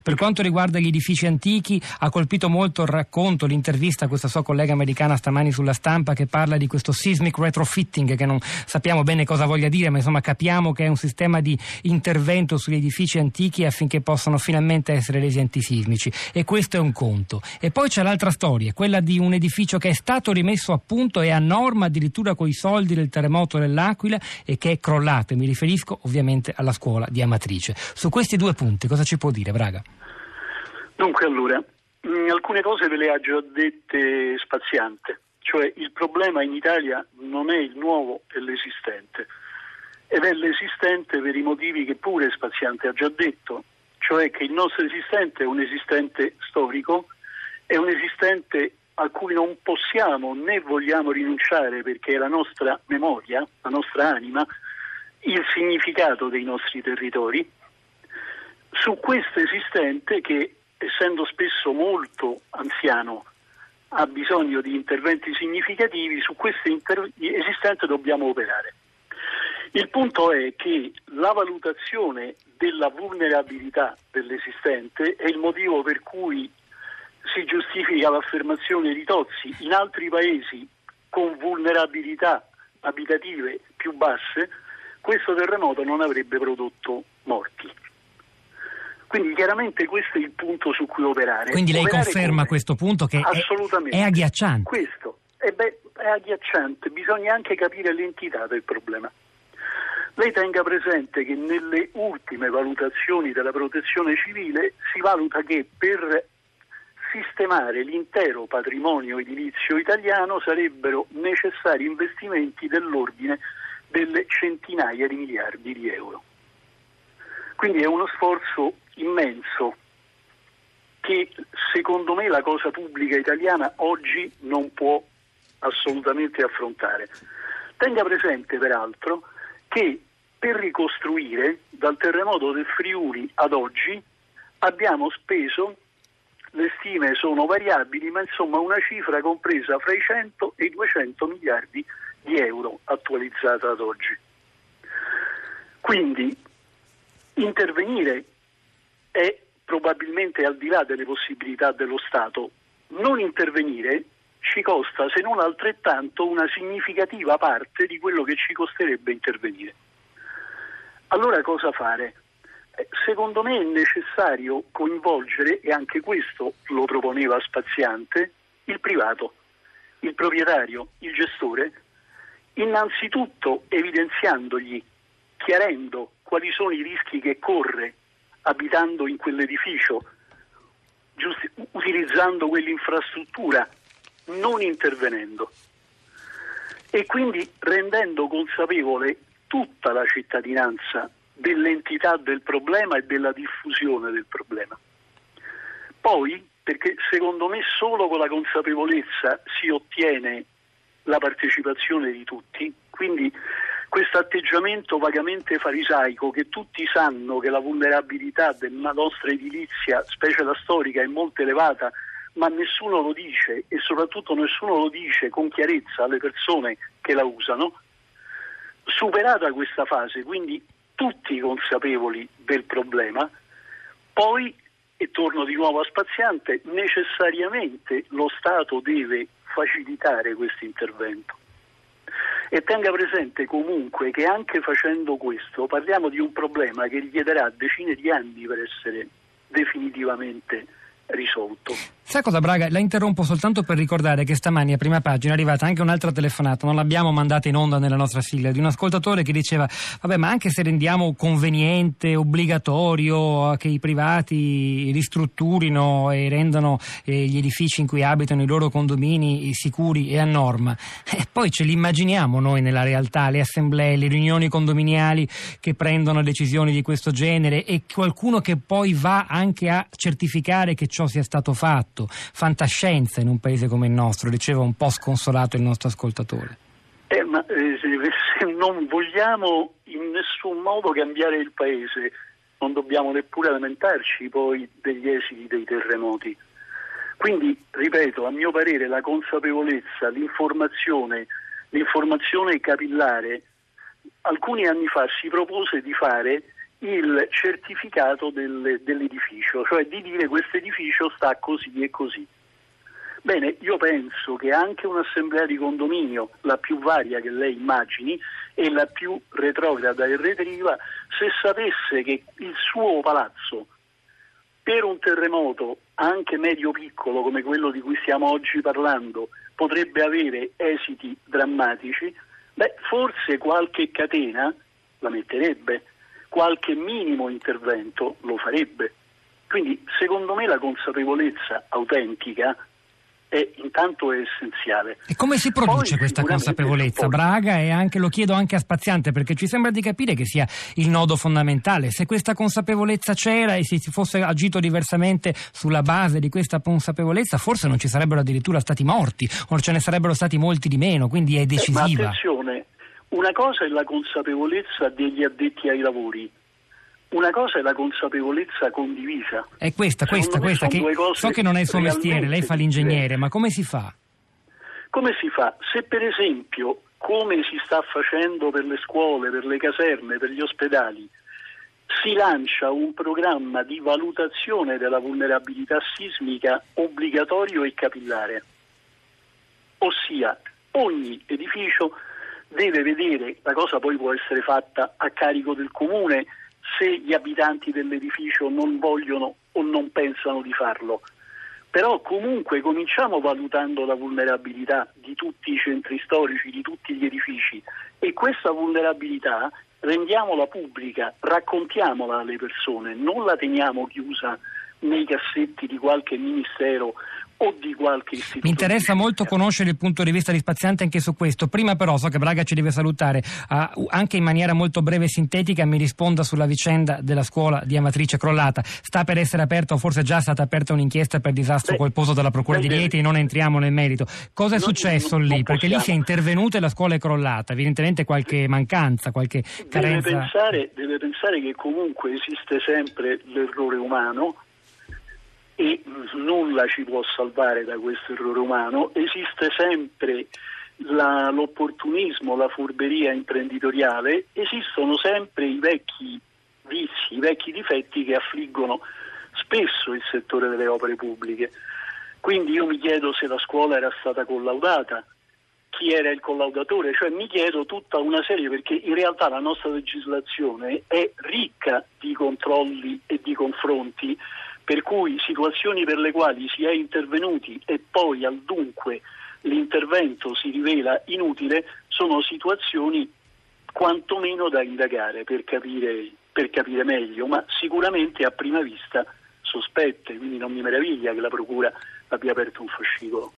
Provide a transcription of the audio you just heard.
Per quanto riguarda gli edifici antichi, ha colpito molto il racconto, l'intervista a questa sua collega americana stamani sulla Stampa che parla di questo seismic retrofitting, che non sappiamo bene cosa voglia dire, ma insomma capiamo che è un sistema di intervento sugli edifici antichi affinché possano finalmente essere resi antisismici, e questo è un conto. E poi c'è l'altra storia, quella di un edificio che è stato rimesso a punto e a norma addirittura coi soldi del terremoto dell'Aquila e che è crollato, e mi riferisco ovviamente alla scuola di Amatrice. Su questi due punti cosa ci può dire, Braga? Dunque, allora, alcune cose ve le ha già dette Spaziante, cioè il problema in Italia non è il nuovo, è l'esistente, ed è l'esistente per i motivi che pure Spaziante ha già detto, cioè che il nostro esistente è un esistente storico, è un esistente a cui non possiamo né vogliamo rinunciare, perché è la nostra memoria, la nostra anima, il significato dei nostri territori. Su questo esistente, che essendo spesso molto anziano ha bisogno di interventi significativi, su questo esistente dobbiamo operare. Il punto è che la valutazione della vulnerabilità dell'esistente è il motivo per cui si giustifica l'affermazione di Tozzi: in altri paesi con vulnerabilità abitative più basse questo terremoto non avrebbe prodotto morti. Quindi chiaramente questo è il punto su cui operare. Quindi lei conferma questo punto che è agghiacciante. Questo è agghiacciante, bisogna anche capire l'entità del problema. Lei tenga presente che nelle ultime valutazioni della Protezione Civile si valuta che per sistemare l'intero patrimonio edilizio italiano sarebbero necessari investimenti dell'ordine delle centinaia di miliardi di euro. Quindi è uno sforzo immenso che secondo me la cosa pubblica italiana oggi non può assolutamente affrontare. Tenga presente peraltro che per ricostruire dal terremoto del Friuli ad oggi abbiamo speso, le stime sono variabili, ma insomma una cifra compresa fra i 100 e i 200 miliardi di euro attualizzata ad oggi. Quindi intervenire è probabilmente al di là delle possibilità dello Stato. Non intervenire ci costa, se non altrettanto, una significativa parte di quello che ci costerebbe intervenire. Allora cosa fare? Secondo me è necessario coinvolgere, e anche questo lo proponeva Spaziante, il privato, il proprietario, il gestore, innanzitutto evidenziandogli, chiarendo quali sono i rischi che corre abitando in quell'edificio, utilizzando quell'infrastruttura, non intervenendo, e quindi rendendo consapevole tutta la cittadinanza dell'entità del problema e della diffusione del problema. Poi, perché secondo me solo con la consapevolezza si ottiene la partecipazione di tutti, quindi questo atteggiamento vagamente farisaico che tutti sanno che la vulnerabilità della nostra edilizia, specie la storica, è molto elevata, ma nessuno lo dice, e soprattutto nessuno lo dice con chiarezza alle persone che la usano. Superata questa fase, quindi tutti consapevoli del problema, poi, e torno di nuovo a Spaziante, necessariamente lo Stato deve facilitare questo intervento. E tenga presente comunque che anche facendo questo parliamo di un problema che richiederà decine di anni per essere definitivamente risolto. Sa cosa, Braga? La interrompo soltanto per ricordare che stamani a Prima Pagina è arrivata anche un'altra telefonata, non l'abbiamo mandata in onda nella nostra sigla, di un ascoltatore che diceva: vabbè, ma anche se rendiamo conveniente, obbligatorio che i privati ristrutturino e rendano gli edifici in cui abitano i loro condomini sicuri e a norma, poi ce li immaginiamo noi nella realtà, le assemblee, le riunioni condominiali che prendono decisioni di questo genere, e qualcuno che poi va anche a certificare che ciò sia stato fatto. Fantascienza in un paese come il nostro, diceva un po' sconsolato il nostro ascoltatore. Se non vogliamo in nessun modo cambiare il paese, non dobbiamo neppure lamentarci poi degli esiti dei terremoti. Quindi, ripeto, a mio parere la consapevolezza, l'informazione capillare. Alcuni anni fa si propose di fare il certificato dell'edificio, cioè di dire questo edificio sta così e così. Bene, io penso che anche un'assemblea di condominio, la più varia che lei immagini e la più retrograda e retriva, se sapesse che il suo palazzo per un terremoto anche medio-piccolo come quello di cui stiamo oggi parlando potrebbe avere esiti drammatici, forse qualche catena la metterebbe, qualche minimo intervento lo farebbe. Quindi secondo me la consapevolezza autentica intanto è essenziale. E come si produce questa consapevolezza, Braga? E anche, lo chiedo anche a Spaziante, perché ci sembra di capire che sia il nodo fondamentale. Se questa consapevolezza c'era e se si fosse agito diversamente sulla base di questa consapevolezza, forse non ci sarebbero addirittura stati morti, o ce ne sarebbero stati molti di meno, quindi è decisiva. Ma attenzione, una cosa è la consapevolezza degli addetti ai lavori, una cosa è la consapevolezza condivisa. È questa che so che non è il suo mestiere, lei fa l'ingegnere, ma come si fa? Come si fa? Se per esempio, come si sta facendo per le scuole, per le caserme, per gli ospedali, si lancia un programma di valutazione della vulnerabilità sismica obbligatorio e capillare, ossia ogni edificio deve vedere, la cosa poi può essere fatta a carico del comune se gli abitanti dell'edificio non vogliono o non pensano di farlo. Però comunque cominciamo valutando la vulnerabilità di tutti i centri storici, di tutti gli edifici, e questa vulnerabilità rendiamola pubblica, raccontiamola alle persone, non la teniamo chiusa nei cassetti di qualche ministero o di qualche istituto. Mi interessa molto conoscere il punto di vista di Spaziante anche su questo. Prima però, so che Braga ci deve salutare, anche in maniera molto breve e sintetica mi risponda sulla vicenda della scuola di Amatrice crollata. Sta per essere aperta, o forse già è stata aperta, un'inchiesta per disastro colposo dalla Procura di Rieti, non entriamo nel merito. Cosa è successo lì? Perché lì si è intervenuta e la scuola è crollata, evidentemente qualche mancanza, qualche carenza. Deve pensare che comunque esiste sempre l'errore umano, e nulla ci può salvare da questo errore umano. Esiste sempre l'opportunismo, la furberia imprenditoriale, esistono sempre i vecchi vizi, i vecchi difetti che affliggono spesso il settore delle opere pubbliche. Quindi io mi chiedo se la scuola era stata collaudata, chi era il collaudatore, cioè mi chiedo tutta una serie, perché in realtà la nostra legislazione è ricca di controlli e di confronti, per cui situazioni per le quali si è intervenuti e poi al dunque l'intervento si rivela inutile sono situazioni quantomeno da indagare per capire meglio, ma sicuramente a prima vista sospette, quindi non mi meraviglia che la Procura abbia aperto un fascicolo.